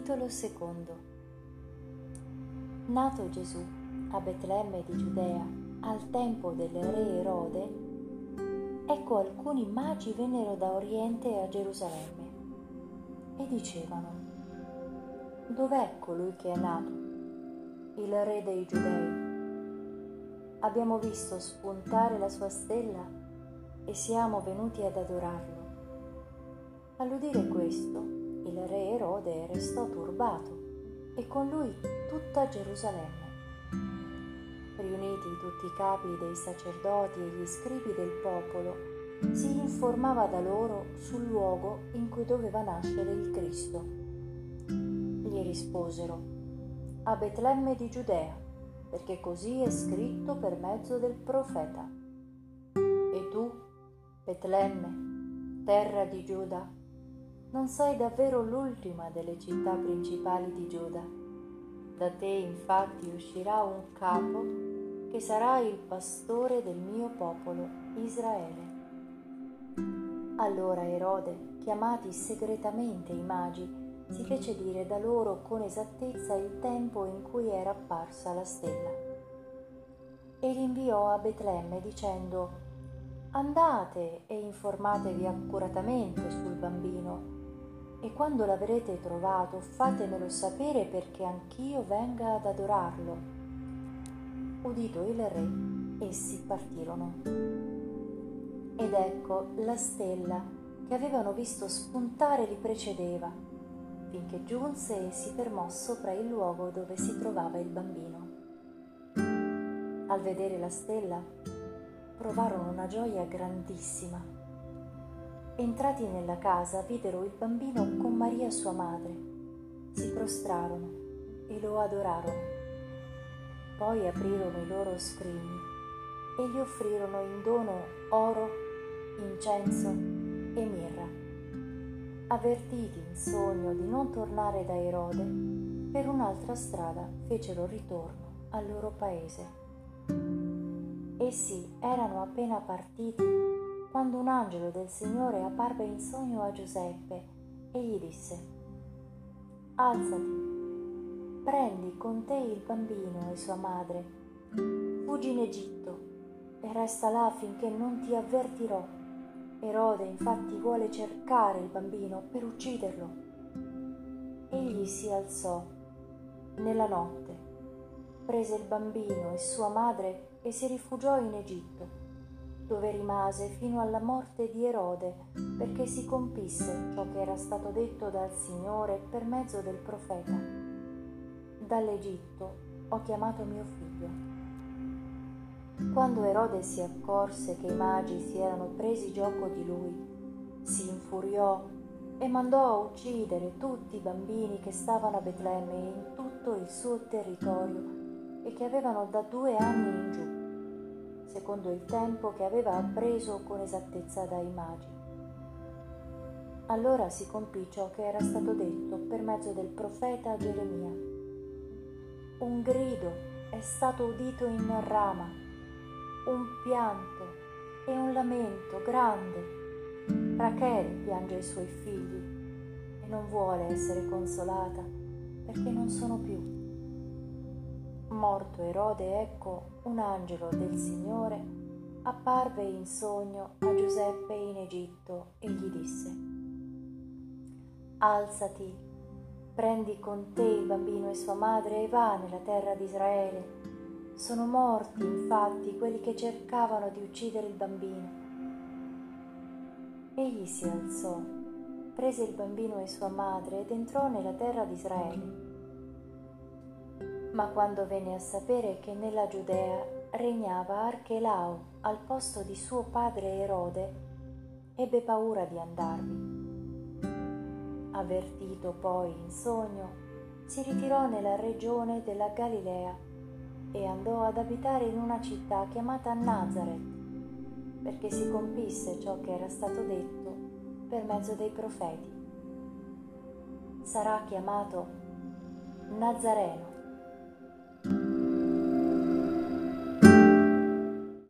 Capitolo secondo. Nato Gesù a Betlemme di Giudea al tempo del re Erode, ecco alcuni magi vennero da Oriente a Gerusalemme e dicevano: Dov'è colui che è nato, il re dei Giudei? Abbiamo visto spuntare la sua stella e siamo venuti ad adorarlo. All'udire questo, il re Erode restò turbato e con lui tutta Gerusalemme. Riuniti tutti i capi dei sacerdoti e gli scribi del popolo, si informava da loro sul luogo in cui doveva nascere il Cristo. Gli risposero: a Betlemme di Giudea, perché così è scritto per mezzo del profeta. E tu, Betlemme, terra di Giuda, non sei davvero l'ultima delle città principali di Giuda. Da te infatti uscirà un capo che sarà il pastore del mio popolo, Israele. Allora Erode, chiamati segretamente i magi, si fece dire da loro con esattezza il tempo in cui era apparsa la stella. E li inviò a Betlemme dicendo: andate e informatevi accuratamente sul bambino, e quando l'avrete trovato fatemelo sapere perché anch'io venga ad adorarlo. Udito il re, essi partirono. Ed ecco, la stella che avevano visto spuntare li precedeva, finché giunse e si fermò sopra il luogo dove si trovava il bambino. Al vedere la stella, provarono una gioia grandissima. Entrati nella casa, videro il bambino con Maria sua madre, si prostrarono e lo adorarono. Poi aprirono i loro scrigni e gli offrirono in dono oro, incenso e mirra. Avvertiti in sogno di non tornare da Erode, per un'altra strada fecero ritorno al loro paese. Essi erano appena partiti quando un angelo del Signore apparve in sogno a Giuseppe e gli disse: alzati, prendi con te il bambino e sua madre, fuggi in Egitto e resta là finché non ti avvertirò. Erode infatti vuole cercare il bambino per ucciderlo. Egli si alzò nella notte, prese il bambino e sua madre e si rifugiò in Egitto, dove rimase fino alla morte di Erode, perché si compisse ciò che era stato detto dal Signore per mezzo del profeta: dall'Egitto ho chiamato mio figlio. Quando Erode si accorse che i magi si erano presi gioco di lui, si infuriò e mandò a uccidere tutti i bambini che stavano a Betlemme e in tutto il suo territorio e che avevano da 2 anni in giù, secondo il tempo che aveva appreso con esattezza dai magi. Allora si compì ciò che era stato detto per mezzo del profeta Geremia: un grido è stato udito in Rama, un pianto e un lamento grande. Rachele piange i suoi figli e non vuole essere consolata perché non sono più. Morto Erode, ecco, un angelo del Signore apparve in sogno a Giuseppe in Egitto e gli disse: alzati, prendi con te il bambino e sua madre e va nella terra di Israele. Sono morti infatti quelli che cercavano di uccidere il bambino. Egli si alzò, prese il bambino e sua madre ed entrò nella terra di Israele. Ma quando venne a sapere che nella Giudea regnava Archelao al posto di suo padre Erode, ebbe paura di andarvi. Avvertito poi in sogno, si ritirò nella regione della Galilea e andò ad abitare in una città chiamata Nazaret, perché si compisse ciò che era stato detto per mezzo dei profeti: sarà chiamato Nazareno.